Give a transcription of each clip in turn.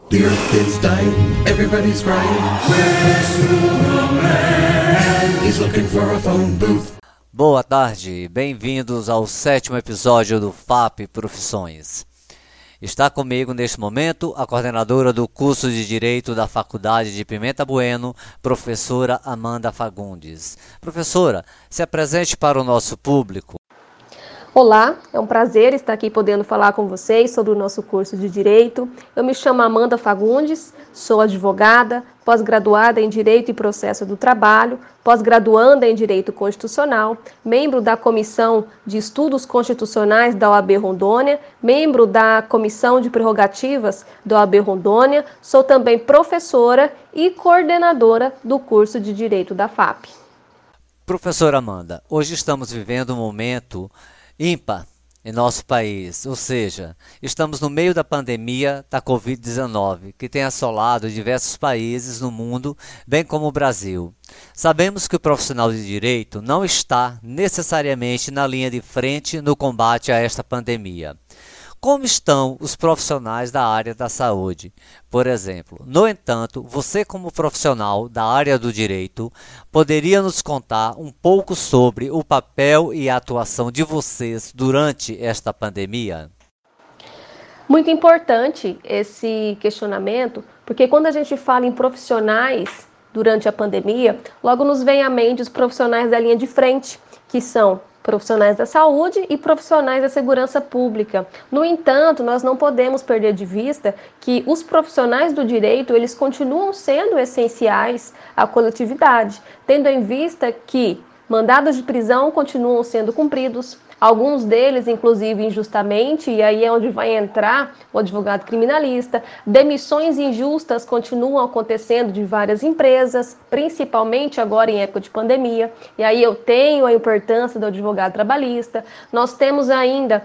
The earth is dying, everybody's crying. Where's Superman? He's looking for a phone booth. Boa tarde, bem-vindos ao 7º episódio do FAP Profissões. Está comigo neste momento a coordenadora do curso de Direito da Faculdade de Pimenta Bueno, professora Amanda Fagundes. Professora, se apresente para o nosso público. Olá, é um prazer estar aqui podendo falar com vocês sobre o nosso curso de Direito. Eu me chamo Amanda Fagundes, sou advogada, pós-graduada em Direito e Processo do Trabalho, pós-graduanda em Direito Constitucional, membro da Comissão de Estudos Constitucionais da OAB Rondônia, membro da Comissão de Prerrogativas da OAB Rondônia, sou também professora e coordenadora do curso de Direito da FAP. Professora Amanda, hoje estamos vivendo um momento ímpar em nosso país, ou seja, estamos no meio da pandemia da Covid-19, que tem assolado diversos países no mundo, bem como o Brasil. Sabemos que o profissional de direito não está necessariamente na linha de frente no combate a esta pandemia. Como estão os profissionais da área da saúde, por exemplo? No entanto, você como profissional da área do direito, poderia nos contar um pouco sobre o papel e a atuação de vocês durante esta pandemia? Muito importante esse questionamento, porque quando a gente fala em profissionais durante a pandemia, logo nos vem à mente os profissionais da linha de frente, que são profissionais da saúde e profissionais da segurança pública. No entanto, nós não podemos perder de vista que os profissionais do direito, eles continuam sendo essenciais à coletividade, tendo em vista que mandados de prisão continuam sendo cumpridos, alguns deles, inclusive, injustamente, e aí é onde vai entrar o advogado criminalista. Demissões injustas continuam acontecendo de várias empresas, principalmente agora em época de pandemia, e aí eu tenho a importância do advogado trabalhista. Nós temos ainda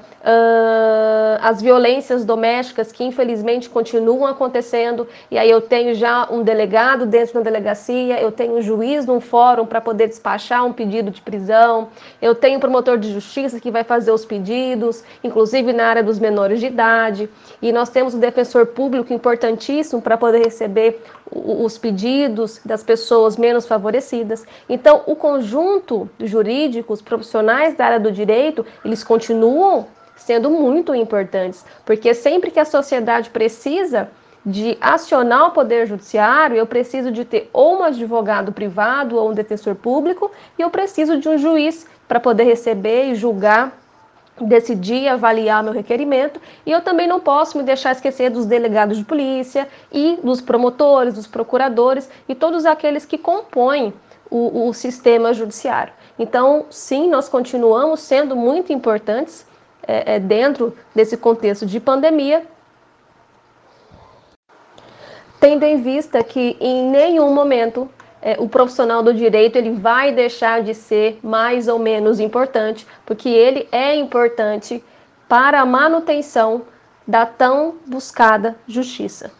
as violências domésticas que, infelizmente, continuam acontecendo, e aí eu tenho já um delegado dentro da delegacia, eu tenho um juiz num fórum para poder despachar um pedido de prisão, eu tenho um promotor de justiça que vai fazer os pedidos, inclusive na área dos menores de idade, e nós temos um defensor público importantíssimo para poder receber os pedidos das pessoas menos favorecidas. Então, o conjunto jurídico, os profissionais da área do direito, eles continuam sendo muito importantes, porque sempre que a sociedade precisa de acionar o poder judiciário, eu preciso de ter ou um advogado privado ou um defensor público, e eu preciso de um juiz para poder receber e julgar, decidir, avaliar meu requerimento. E eu também não posso me deixar esquecer dos delegados de polícia e dos promotores, dos procuradores e todos aqueles que compõem o sistema judiciário. Então, sim, nós continuamos sendo muito importantes dentro desse contexto de pandemia, tendo em vista que em nenhum momento o profissional do direito ele vai deixar de ser mais ou menos importante, porque ele é importante para a manutenção da tão buscada justiça.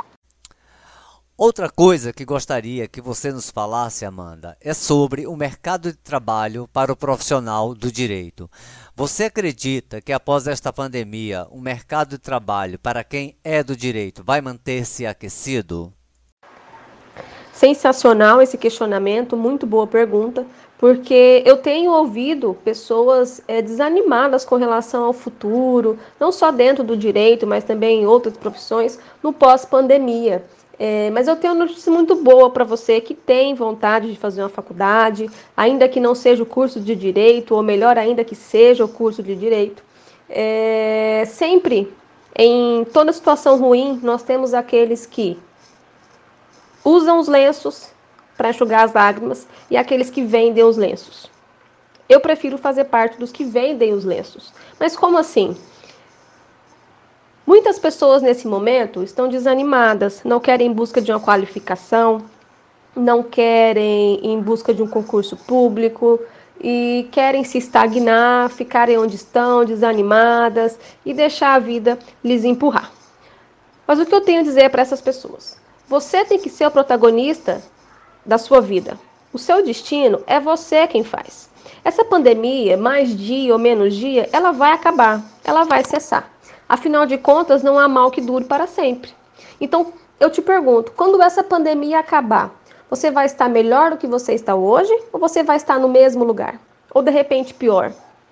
Outra coisa que gostaria que você nos falasse, Amanda, é sobre o mercado de trabalho para o profissional do direito. Você acredita que após esta pandemia, o mercado de trabalho para quem é do direito vai manter-se aquecido? Sensacional esse questionamento, muito boa pergunta, porque eu tenho ouvido pessoas desanimadas com relação ao futuro, não só dentro do direito, mas também em outras profissões, no pós-pandemia. Mas eu tenho uma notícia muito boa para você que tem vontade de fazer uma faculdade, ainda que não seja o curso de direito, ou melhor ainda que seja o curso de direito. Sempre, em toda situação ruim, nós temos aqueles que usam os lenços para enxugar as lágrimas e aqueles que vendem os lenços. Eu prefiro fazer parte dos que vendem os lenços. Mas como assim? Muitas pessoas nesse momento estão desanimadas, não querem em busca de uma qualificação, não querem em busca de um concurso público e querem se estagnar, ficarem onde estão, desanimadas e deixar a vida lhes empurrar. Mas o que eu tenho a dizer para essas pessoas? Você tem que ser o protagonista da sua vida. O seu destino é você quem faz. Essa pandemia, mais dia ou menos dia, ela vai acabar, ela vai cessar. Afinal de contas, não há mal que dure para sempre. Então, eu te pergunto, quando essa pandemia acabar, você vai estar melhor do que você está hoje ou você vai estar no mesmo lugar? Ou de repente pior?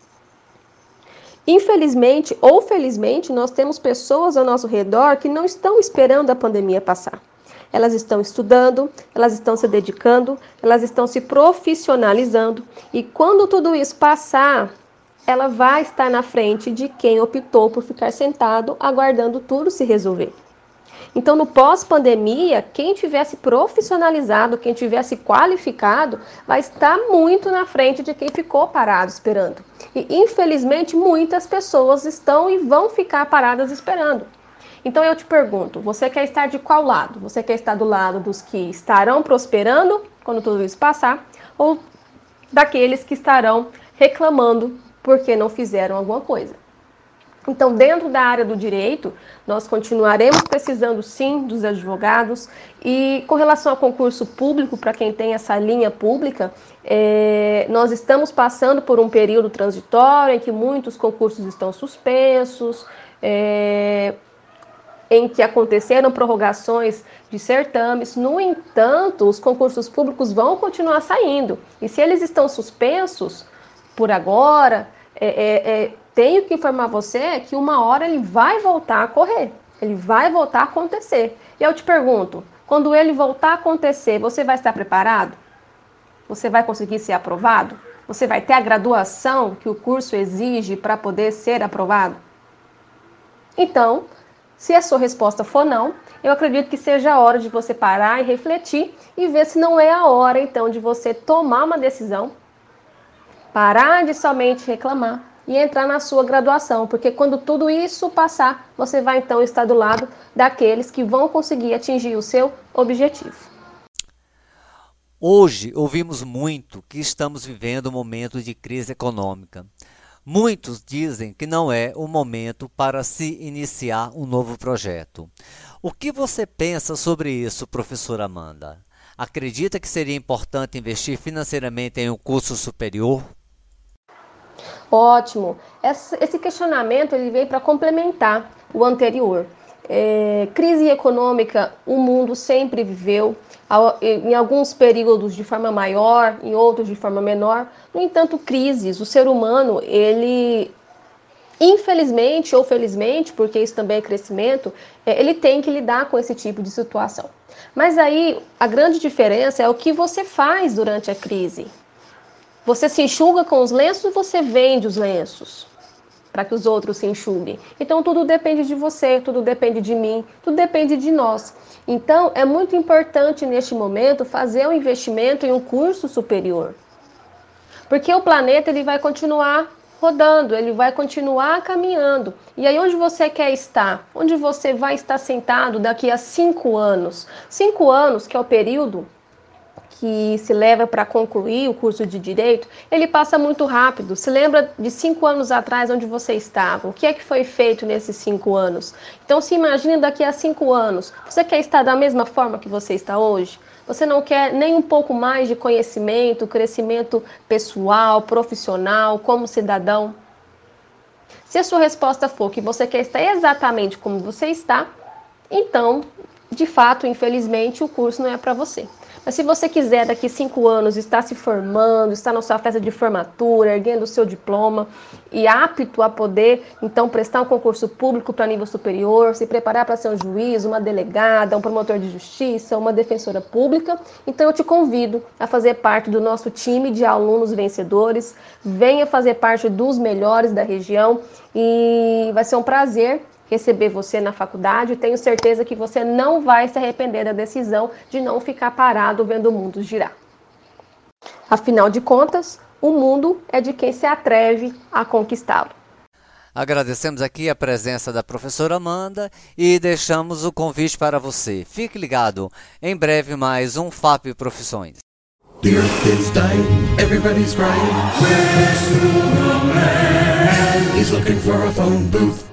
Infelizmente ou felizmente, nós temos pessoas ao nosso redor que não estão esperando a pandemia passar. Elas estão estudando, elas estão se dedicando, elas estão se profissionalizando e quando tudo isso passar, ela vai estar na frente de quem optou por ficar sentado aguardando tudo se resolver. Então, no pós-pandemia, quem tivesse profissionalizado, quem tivesse qualificado, vai estar muito na frente de quem ficou parado esperando. E, infelizmente, muitas pessoas estão e vão ficar paradas esperando. Então, eu te pergunto, você quer estar de qual lado? Você quer estar do lado dos que estarão prosperando quando tudo isso passar? Ou daqueles que estarão reclamando porque não fizeram alguma coisa? Então, dentro da área do direito, nós continuaremos precisando sim dos advogados e com relação ao concurso público, para quem tem essa linha pública, nós estamos passando por um período transitório em que muitos concursos estão suspensos, em que aconteceram prorrogações de certames. No entanto, os concursos públicos vão continuar saindo e se eles estão suspensos por agora, tenho que informar você que uma hora ele vai voltar a correr, ele vai voltar a acontecer. E eu te pergunto, quando ele voltar a acontecer, você vai estar preparado? Você vai conseguir ser aprovado? Você vai ter a graduação que o curso exige para poder ser aprovado? Então, se a sua resposta for não, eu acredito que seja a hora de você parar e refletir e ver se não é a hora, então, de você tomar uma decisão, parar de somente reclamar e entrar na sua graduação, porque quando tudo isso passar, você vai então estar do lado daqueles que vão conseguir atingir o seu objetivo. Hoje ouvimos muito que estamos vivendo um momento de crise econômica. Muitos dizem que não é o momento para se iniciar um novo projeto. O que você pensa sobre isso, professora Amanda? Acredita que seria importante investir financeiramente em um curso superior? Ótimo. Esse questionamento ele veio para complementar o anterior. Crise econômica o mundo sempre viveu, em alguns períodos de forma maior, em outros de forma menor. No entanto, crises, o ser humano, ele, infelizmente ou felizmente, porque isso também é crescimento, ele tem que lidar com esse tipo de situação. Mas aí, a grande diferença é o que você faz durante a crise. Você se enxuga com os lenços ou você vende os lenços para que os outros se enxuguem? Então, tudo depende de você, tudo depende de mim, tudo depende de nós. Então, é muito importante neste momento fazer um investimento em um curso superior. Porque o planeta ele vai continuar rodando, ele vai continuar caminhando. E aí onde você quer estar? Onde você vai estar sentado daqui a 5 anos? 5 anos, que é o período que se leva para concluir o curso de Direito, ele passa muito rápido. Se lembra de 5 anos atrás onde você estava? O que é que foi feito nesses 5 anos? Então se imagine daqui a 5 anos. Você quer estar da mesma forma que você está hoje? Você não quer nem um pouco mais de conhecimento, crescimento pessoal, profissional, como cidadão? Se a sua resposta for que você quer estar exatamente como você está, então, de fato, infelizmente, o curso não é para você. Mas se você quiser daqui 5 anos estar se formando, estar na sua festa de formatura, erguendo o seu diploma e apto a poder, então, prestar um concurso público para nível superior, se preparar para ser um juiz, uma delegada, um promotor de justiça, uma defensora pública, então eu te convido a fazer parte do nosso time de alunos vencedores. Venha fazer parte dos melhores da região e vai ser um prazer receber você na faculdade. Tenho certeza que você não vai se arrepender da decisão de não ficar parado vendo o mundo girar. Afinal de contas, o mundo é de quem se atreve a conquistá-lo. Agradecemos aqui a presença da professora Amanda e deixamos o convite para você. Fique ligado, em breve mais um FAP Profissões. The earth is dying, everybody's crying. Where's Superman? He's looking for a phone booth.